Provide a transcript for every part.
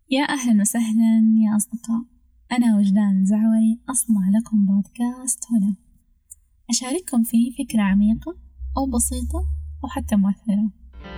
يا أهلا وسهلا يا أصدقاء، أنا وجدان الزعوري أصنع لكم بودكاست هنا أشارككم فيه فكرة عميقة أو بسيطة أو حتى مؤثرة.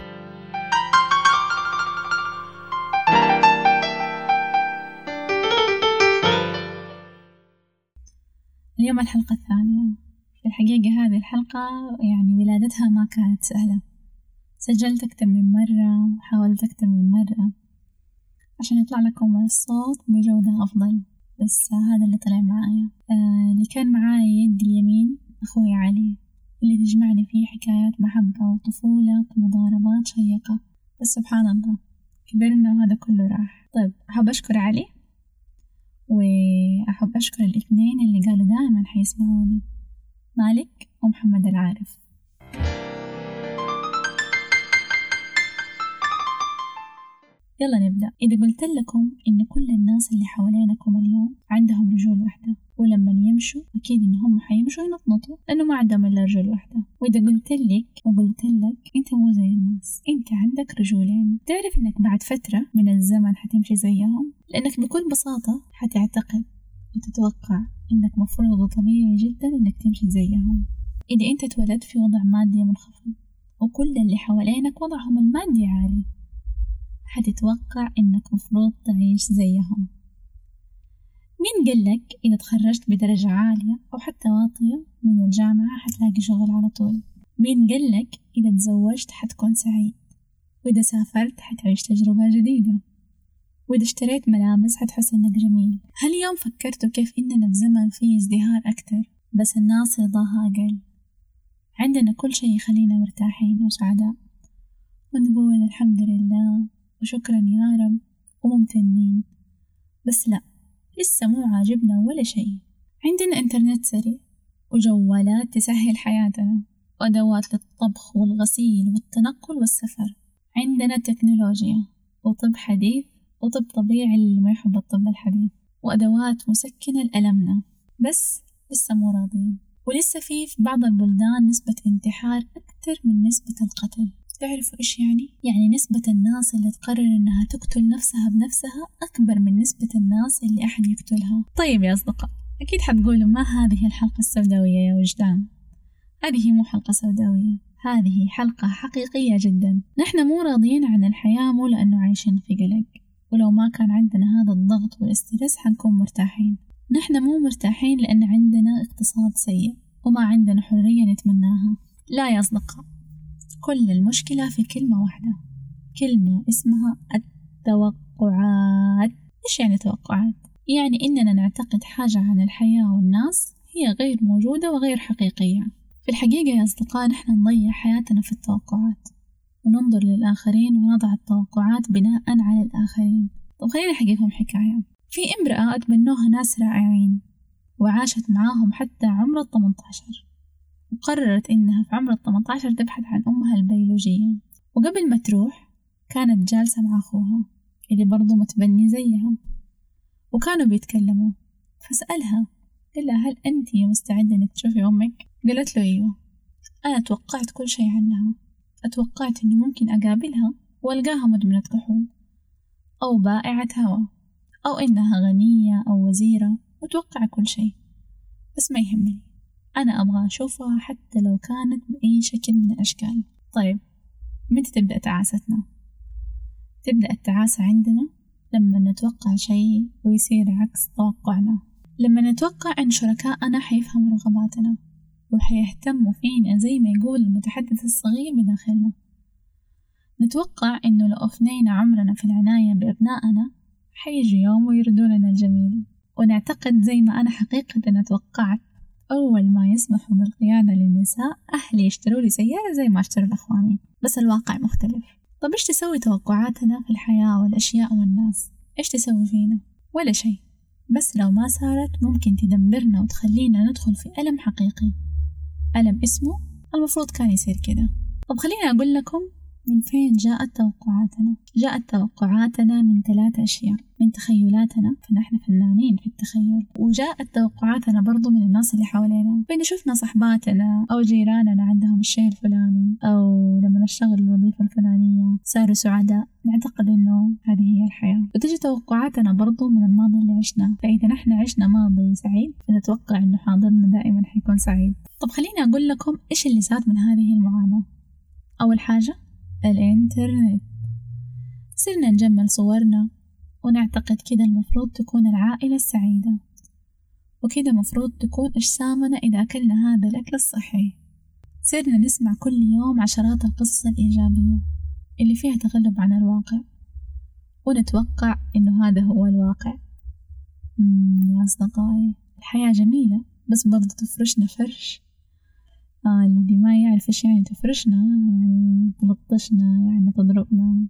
اليوم الحلقة الثانية. في الحقيقة هذه الحلقة ولادتها ما كانت سهلة، سجلت أكتر من مرة وحاولت أكتر من مرة عشان يطلع لكم الصوت بجودة أفضل، بس هذا اللي طلع معايا. اللي كان معايا يد اليمين أخوي علي، اللي تجمعني فيه حكايات محبة وطفولة ومضاربات شيقة، بس سبحان الله كبرنا وهذا كله راح. طيب، أحب أشكر علي وأحب أشكر الاثنين اللي قالوا دائما حيسمعوني، مالك ومحمد العارف. يلا نبدأ. إذا قلت لكم إن كل الناس اللي حوالينكم اليوم عندهم رجول واحدة، ولما يمشوا أكيد إنهم حيمشوا ينطنطوا لأنه ما عندهم إلا رجول واحدة، وإذا قلت لك أنت مو زي الناس، أنت عندك رجولين، تعرف إنك بعد فترة من الزمن حتمشي زيهم، لأنك بكل بساطة حتعتقد وتتوقع إنك مفروض وطبيعي جدا إنك تمشي زيهم. إذا أنت اتولدت في وضع مادي منخفض وكل اللي حوالينك وضعهم المادي عالي، حتتوقع إنك مفروض تعيش زيهم. مين قلك إذا تخرجت بدرجة عالية أو حتى واطية من الجامعة حتلاقي شغل على طول؟ مين قلك إذا تزوجت حتكون سعيد، وإذا سافرت حتعيش تجربة جديدة، وإذا اشتريت ملابس حتحس إنك جميل؟ هل يوم فكرتوا كيف إننا في زمن فيه ازدهار أكتر بس الناس رضاها أقل؟ عندنا كل شيء يخلينا مرتاحين وسعداء ونقول الحمد لله وشكرا يا رب وممتنين، بس لا، لسه مو عاجبنا ولا شيء. عندنا انترنت سريع وجوالات تسهل حياتنا وأدوات للطبخ والغسيل والتنقل والسفر، عندنا تكنولوجيا وطب حديث وطب طبيعي اللي ما يحب الطب الحديث، وأدوات مسكنة لألمنا، بس لسه مو راضين. ولسه في بعض البلدان نسبة انتحار أكثر من نسبة القتل. تعرفوا إيش يعني نسبة الناس اللي تقرر إنها تقتل نفسها بنفسها أكبر من نسبة الناس اللي أحد يقتلها. طيب يا أصدقاء، أكيد حتقولوا ما هذه الحلقة السوداوية يا وجدان؟ هذه مو حلقة سوداوية، هذه حلقة حقيقية جدا. نحن مو راضيين عن الحياة مو لأنه عايشين في قلق، ولو ما كان عندنا هذا الضغط والاسترس حنكون مرتاحين. نحن مو مرتاحين لأن عندنا اقتصاد سيء وما عندنا حرية نتمناها. لا يا أصدقاء، كل المشكلة في كلمة واحدة، كلمة اسمها التوقعات. إيش يعني توقعات؟ يعني إننا نعتقد حاجة عن الحياة والناس هي غير موجودة وغير حقيقية. في الحقيقة يا أصدقاء، نحن نضيع حياتنا في التوقعات وننظر للآخرين ونضع التوقعات بناء على الآخرين. طب خليني أحكيكم حكاية. في امرأة أتبنوها ناس رائعين وعاشت معاهم حتى عمر 18، وقررت إنها في عمر 18 تبحث عن أمها البيولوجية، وقبل ما تروح كانت جالسة مع أخوها اللي برضو متبني زيها، وكانوا بيتكلموا، فسألها قال لها هل أنت مستعدة إنك تشوفي أمك؟ قالت له أيوه. أنا توقعت كل شيء عنها، أتوقعت إنه ممكن أقابلها وألقاها مدمنة كحول أو بائعة هوا أو إنها غنية أو وزيرة، وتوقع كل شيء، بس ما يهمني، أنا أبغى أشوفها حتى لو كانت بأي شكل من الأشكال. طيب، متى تبدأ تعاستنا؟ تبدأ التعاسة عندنا لما نتوقع شيء ويصير عكس توقعنا، لما نتوقع أن شركائنا حيفهموا رغباتنا وحيهتموا فينا زي ما يقول المتحدث الصغير بداخلنا. نتوقع أنه لو أفنينا عمرنا في العناية بأبنائنا حيجي يوم ويردوا لنا الجميل، ونعتقد زي ما أنا حقيقة توقعت أول ما يسمحوا بالقيادة للنساء أهلي يشتروا لي سيارة زي ما اشتروا لأخواني، بس الواقع مختلف. طب إيش تسوي توقعاتنا في الحياة والأشياء والناس؟ إيش تسوي فينا؟ ولا شيء، بس لو ما صارت ممكن تدمرنا وتخلينا ندخل في ألم حقيقي، ألم اسمه المفروض كان يصير كده. طب خليني أقول لكم من فين جاءت توقعاتنا؟ جاءت توقعاتنا من 3 أشياء: من تخيلاتنا، فنحن فنانين في التخيل، وجاءت توقعاتنا برضو من الناس اللي حوالينا، فإذا شفنا صحباتنا أو جيراننا عندهم الشيء الفلاني، أو لما نشتغل الوظيفة الفلانية صاروا سعداء، نعتقد إنه هذه هي الحياة. وتجي توقعاتنا برضو من الماضي اللي عشنا، فإذا نحن عشنا ماضي سعيد فنتوقع إنه حاضرنا دائما حيكون سعيد. طب خليني أقول لكم إيش اللي زاد من هذه المعاناة. أول حاجة الإنترنت، صرنا نجمل صورنا ونعتقد كده المفروض تكون العائلة السعيدة، وكده مفروض تكون أجسامنا إذا أكلنا هذا الأكل الصحي. صرنا نسمع كل يوم عشرات القصص الإيجابية اللي فيها تغلب عن الواقع، ونتوقع إنه هذا هو الواقع. يا أصدقائي، الحياة جميلة بس برضو تفرشنا فرش. اللي ما يعرف إيش يعني تفرشنا، يعني تلطشنا، يعني تضربنا.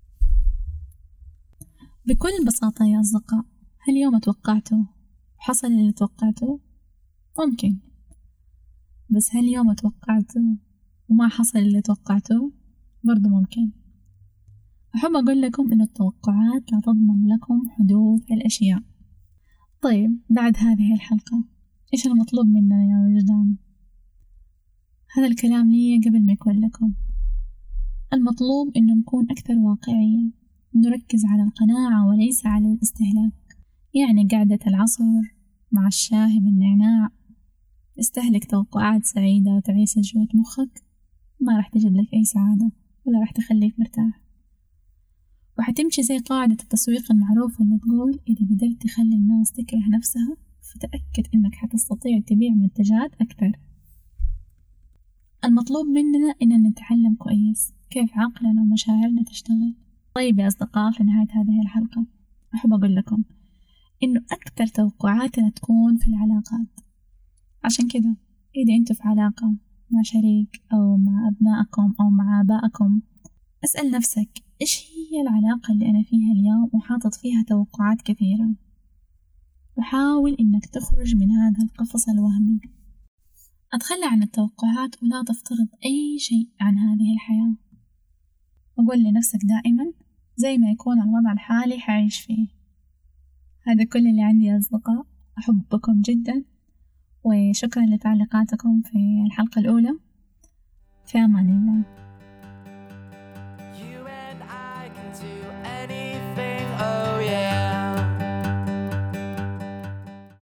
بكل بساطة يا أصدقاء، هل يوم توقعته وحصل اللي توقعته؟ ممكن. بس هل يوم توقعته وما حصل اللي توقعته؟ برضو ممكن. أحب أقول لكم إن التوقعات لا تضمن لكم حدوث الأشياء. طيب، بعد هذه الحلقة إيش المطلوب مننا يا وجدان؟ هذا الكلام لي قبل ما يكون لكم. المطلوب إنه نكون أكثر واقعية، نركز على القناعة وليس على الاستهلاك. يعني قعدة العصر مع الشاي بالنعناع، استهلك توقعات سعيدة وتعيس جوة مخك، ما راح تجيب لك أي سعادة ولا راح تخليك مرتاح، وحتمشي زي قاعدة التسويق المعروفة اللي تقول إذا قدرت تخلي الناس تكره نفسها فتأكد إنك حتستطيع تبيع منتجات أكثر. المطلوب مننا إننا نتعلم كويس كيف عقلنا ومشاعرنا تشتغل. طيب يا أصدقاء، في نهاية هذه الحلقة أحب أقول لكم إنه أكثر توقعاتنا تكون في العلاقات. عشان كده إذا أنتوا في علاقة مع شريك أو مع أبنائكم أو مع آبائكم، أسأل نفسك إيش هي العلاقة اللي أنا فيها اليوم وحاطط فيها توقعات كثيرة، وحاول إنك تخرج من هذا القفص الوهمي. أتخلى عن التوقعات ولا تفترض أي شيء عن هذه الحياة، وقول لنفسك دائما زي ما يكون الوضع الحالي حعيش فيه. هذا كل اللي عندي يا أصدقاء، أحبكم جدا وشكرا لتعليقاتكم في الحلقة الأولى. في أمان الله.